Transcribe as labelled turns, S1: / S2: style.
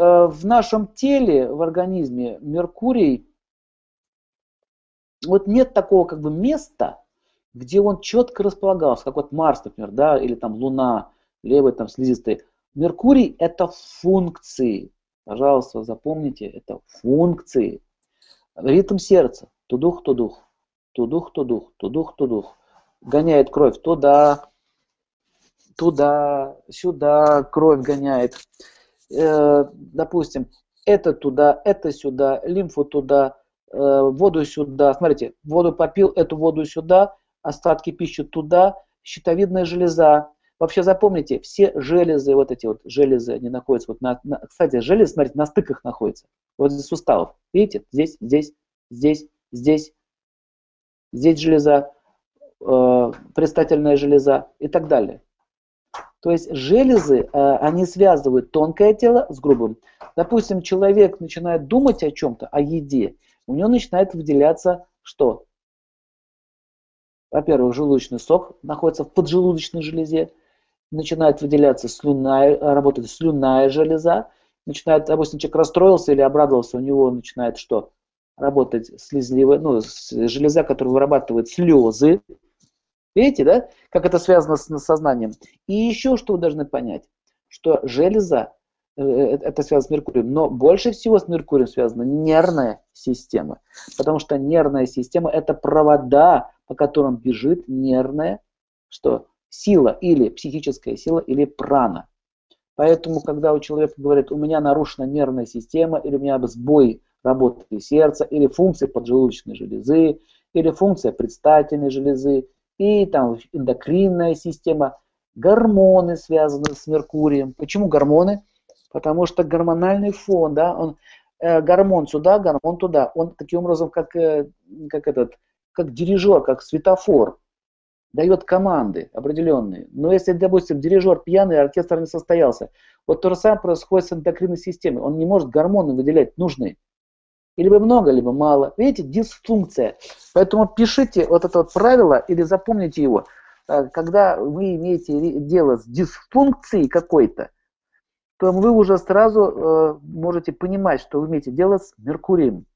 S1: в нашем теле, в организме Меркурий, вот нет такого как бы места, где он четко располагался, как вот Марс, например, да, или там Луна, левый там слизистый. Меркурий это функции. Пожалуйста, запомните, это функции. Ритм сердца. Тудух, тудух, тудух, тудух, тудух, тудух. Гоняет кровь туда, туда, сюда, кровь гоняет. Допустим, это туда, это сюда, лимфу туда, воду сюда. Смотрите, воду попил, эту воду сюда, остатки пищи туда, щитовидная железа. Вообще запомните, все железы, вот эти вот железы, они находятся, вот кстати, железы, смотрите, на стыках находятся, вот здесь суставов. Видите, здесь, здесь, здесь, здесь, здесь железа, предстательная железа и так далее. То есть железы, они связывают тонкое тело с грубым. Допустим, человек начинает думать о чем-то, о еде, у него начинает выделяться что? Во-первых, желудочный сок находится в поджелудочной железе, начинает выделяться слюна, работает слюнная железа, начинает, допустим, человек расстроился или обрадовался, у него начинает что? Работать слезливая, ну, железа, которая вырабатывает слезы. Видите, да, как это связано с сознанием? И еще что вы должны понять, что железа, это связано с Меркурием, но больше всего с Меркурием связана нервная система. Потому что нервная система это провода, по которым бежит нервная что? Сила или психическая сила, или прана. Поэтому, когда у человека говорит, у меня нарушена нервная система, или у меня сбой работы сердца, или функция поджелудочной железы, или функция предстательной железы, и там эндокринная система, гормоны связаны с Меркурием. Почему гормоны? Потому что гормональный фон, да, он, гормон сюда, гормон туда. Он таким образом, как дирижер, как светофор, дает команды определенные. Но если, допустим, дирижер пьяный, оркестр не состоялся, вот то же самое происходит с эндокринной системой. Он не может гормоны выделять нужные. И либо много, либо мало. Видите, дисфункция. Поэтому пишите вот это вот правило или запомните его. Когда вы имеете дело с дисфункцией какой-то, то вы уже сразу можете понимать, что вы имеете дело с Меркурием.